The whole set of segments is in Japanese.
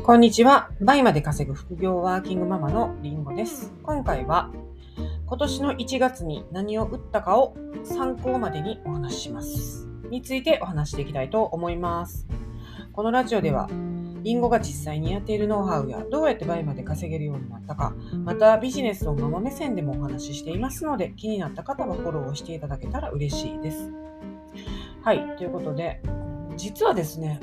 こんにちは。倍まで稼ぐ副業ワーキングママのりんごです。今回は今年の1月に何を売ったかを参考までにお話ししますについてお話していきたいと思います。このラジオではりんごが実際にやっているノウハウやどうやって倍まで稼げるようになったか、またビジネスをママ目線でもお話ししていますので、気になった方はフォローをしていただけたら嬉しいです。はい、ということで、実はですね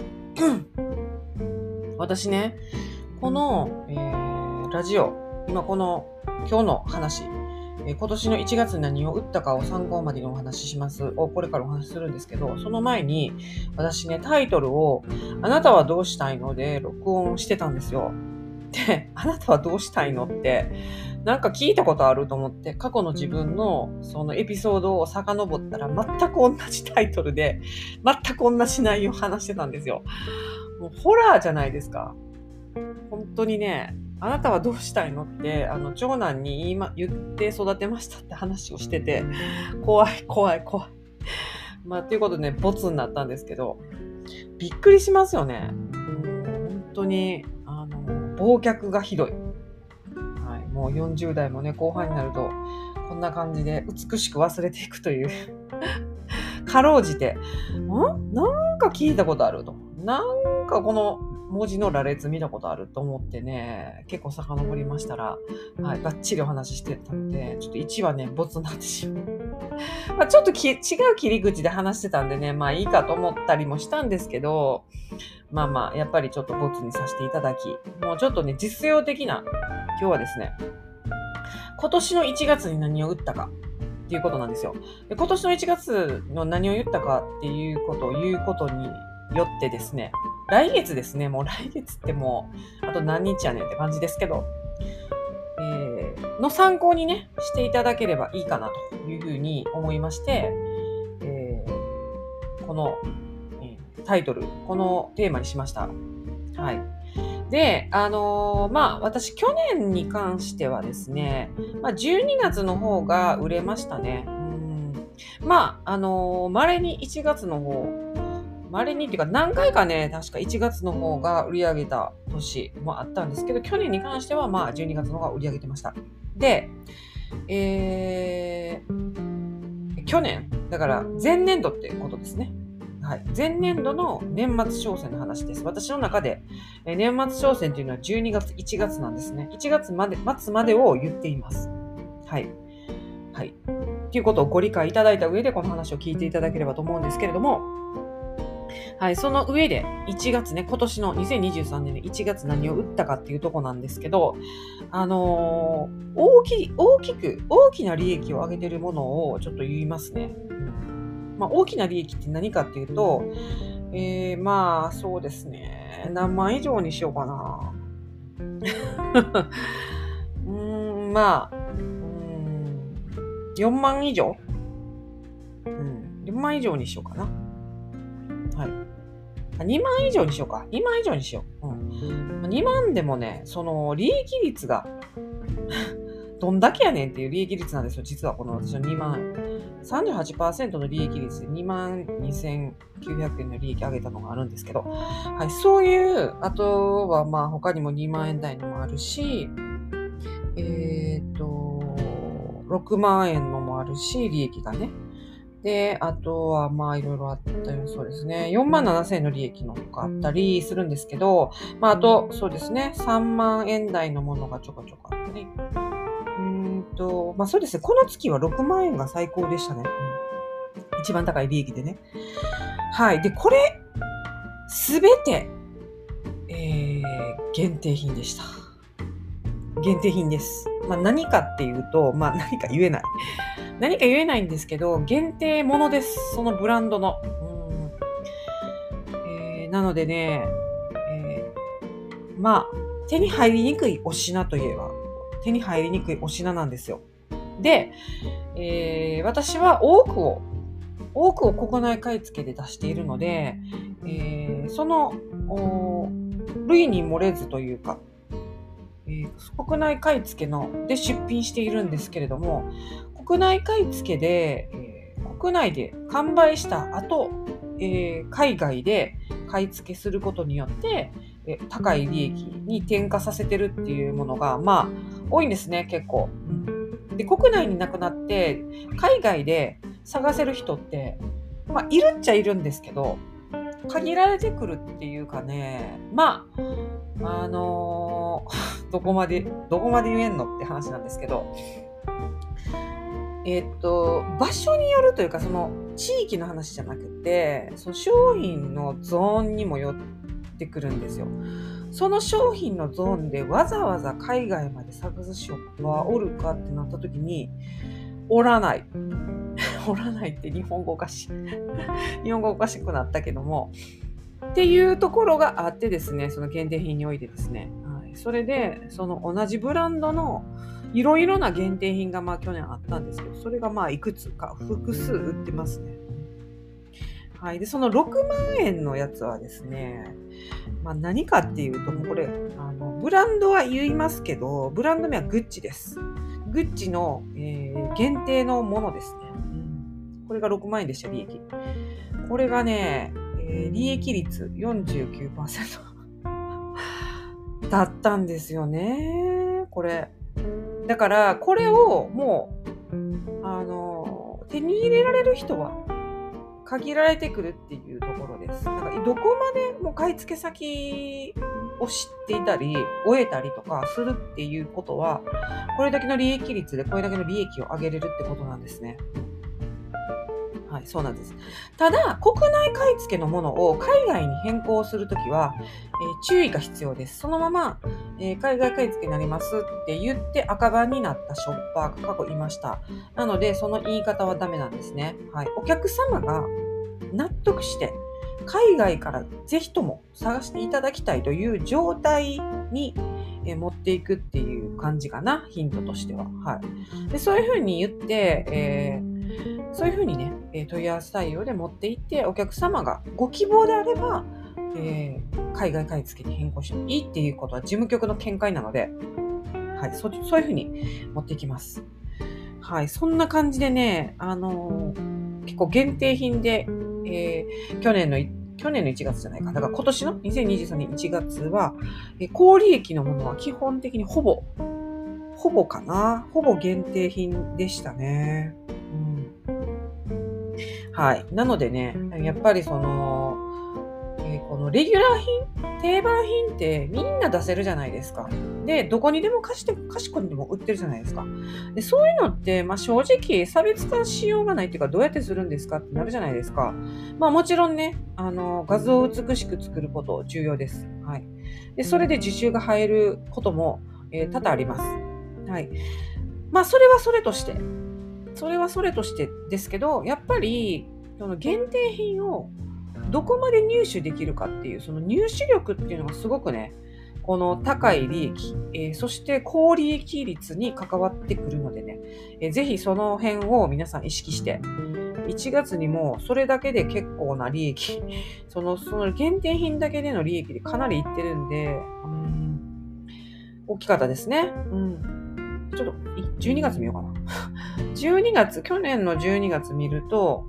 私ね、この、ラジオ、今日の話、今年の1月に何を売ったかを参考までにお話ししますをこれからお話しするんですけど、その前に私ね、タイトルをあなたはどうしたいので録音してたんですよ。で、あなたはどうしたいのってなんか聞いたことあると思って、過去の自分のそのエピソードを遡ったら全く同じタイトルで全く同じ内容を話してたんですよ。もうホラーじゃないですか。本当にね、あなたはどうしたいのって長男に言って育てましたって話をしてて、怖い。ということでね、ボツになったんですけど、びっくりしますよね。本当に忘却がひどい。はい、もう40代もね、後半になるとこんな感じで美しく忘れていくというかろうじて、なんか聞いたことあると。なんかこの文字の羅列見たことあると思ってね、結構遡りましたら、はい、バッチリお話ししてたので、ちょっと1話ね、ボツになってしまう。ちょっと違う切り口で話してたんでね、いいかと思ったりもしたんですけど、やっぱりちょっとボツにさせていただき、もうちょっとね、実用的な、今日はですね、今年の1月に何を売ったかっていうことなんですよ。で、今年の1月の何を言ったかっていうことを言うことによってですね、来月ですね、もう来月ってもう、あと何日やねんって感じですけど、の参考にね、していただければいいかなというふうに思いまして、この、タイトル、このテーマにしました。はい。で、私、去年に関してはですね、12月の方が売れましたね。稀に1月の方、稀にっていうか何回かね、確か1月の方が売り上げた年もあったんですけど、去年に関しては12月の方が売り上げてました。で、去年、だから前年度ってことですね。はい。前年度の年末商戦の話です。私の中で、年末商戦というのは12月、1月なんですね。1月末までを言っています。はい。はい。ということをご理解いただいた上でこの話を聞いていただければと思うんですけれども、はい。その上で1月ね、今年の2023年の1月何を売ったかっていうとこなんですけど、大きな利益を上げているものをちょっと言いますね。大きな利益って何かっていうと、そうですね。何万以上にしようかな。4万以上4万以上にしようかな。はい。2万以上にしようか。2万以上にしよう。2万でもね、その利益率がどんだけやねんっていう利益率なんですよ。実はこの私の2万。38% の利益率で22,900円の利益上げたのがあるんですけど、はい、そういう、あとは他にも2万円台のもあるし、6万円のもあるし、利益がね。で、あとはいろいろあったようにそうですね。47,000円の利益のとかあったりするんですけど、あと、そうですね。3万円台のものがちょこちょこあったり。そうですね。この月は6万円が最高でしたね。一番高い利益でね。はい。で、これ、すべて、限定品でした。限定品です。何かっていうと、何か言えない。何か言えないんですけど、限定ものです。そのブランドの。なのでね、手に入りにくいお品といえば、手に入りにくいお品なんですよ。で、私は多くを国内買い付けで出しているので、その類に漏れずというか、国内買い付けで出品しているんですけれども、国内買い付けで、国内で完売した後、海外で買い付けすることによって、 高い利益に転嫁させてるっていうものが、多いんですね、結構。で、国内になくなって、海外で探せる人って、いるっちゃいるんですけど、限られてくるっていうかね、どこまで言えんのって話なんですけど、場所によるというか、その地域の話じゃなくて、その商品のゾーンにもよってくるんですよ。その商品のゾーンでわざわざ海外まで探すショップはおるかってなった時に、おらない。おらないって日本語おかしくなったけども、っていうところがあってですね、その限定品においてですね。それで、その同じブランドのいろいろな限定品が去年あったんですけど、それがいくつか複数売ってますね。で、その6万円のやつはですね、何かっていうと、これ、ブランドは言いますけど、ブランド名はグッチです。グッチの、限定のものですね。これが6万円でした、利益。これがね、利益率 49% だったんですよね、これ。だから、これをもう、手に入れられる人は限られてくるっていうところです。だからどこまでも買い付け先を知っていたり、終えたりとかするっていうことは、これだけの利益率でこれだけの利益を上げれるってことなんですね。そうなんです。ただ、国内買い付けのものを海外に変更するときは、注意が必要です。そのまま、海外買い付けになりますって言って赤番になったショッパーが過去いました。なので、その言い方はダメなんですね。お客様が納得して、海外からぜひとも探していただきたいという状態に持っていくっていう感じかな、ヒントとしては。で、そういうふうに言って、そういうふうにね、問い合わせ対応で持っていって、お客様がご希望であれば、海外買い付けに変更してもいいっていうことは事務局の見解なので、そういうふうに持っていきます。そんな感じでね、結構限定品で、去年の1月じゃないか。だから今年の2023年1月は、高利益のものは基本的にほぼ限定品でしたね。なのでね、やっぱりこのレギュラー品、定番品ってみんな出せるじゃないですか。で、どこにでも賢にでも売ってるじゃないですか。で、そういうのって、正直差別化しようがないっていうか、どうやってするんですかってなるじゃないですか。もちろんね、画像を美しく作ること重要です。で、それで受注が入ることも、多々あります。それはそれとしてですけど、やっぱり、その限定品をどこまで入手できるかっていう、その入手力っていうのがすごくね、この高い利益、そして高利益率に関わってくるのでね、ぜひその辺を皆さん意識して、1月にもそれだけで結構な利益、その限定品だけでの利益でかなりいってるんで、大きかったですね。ちょっと12月見ようかな。去年の12月見ると、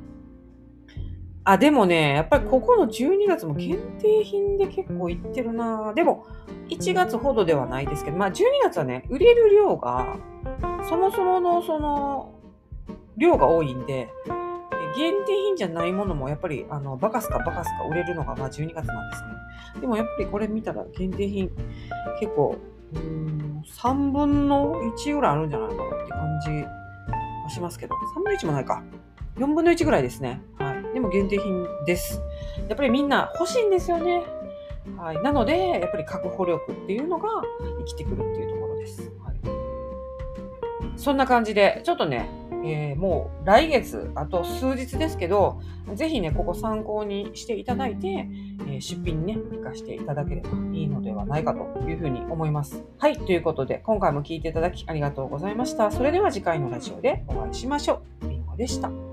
でもね、やっぱりここの12月も限定品で結構いってるな。でも、1月ほどではないですけど、12月はね、売れる量が、そもそものその、量が多いんで、限定品じゃないものもやっぱり、バカスカ売れるのが12月なんですね。でもやっぱりこれ見たら限定品、結構、3分の1ぐらいあるんじゃないかなって感じはしますけど、3分の1もないか。4分の1ぐらいですね。でも限定品です。やっぱりみんな欲しいんですよね。なので、やっぱり確保力っていうのが生きてくるっていうところです。そんな感じで、ちょっとね、もう来月、あと数日ですけど、ぜひね、ここ参考にしていただいて、出品にね、活かしていただければいいのではないかというふうに思います。ということで、今回も聞いていただきありがとうございました。それでは次回のラジオでお会いしましょう。りんごでした。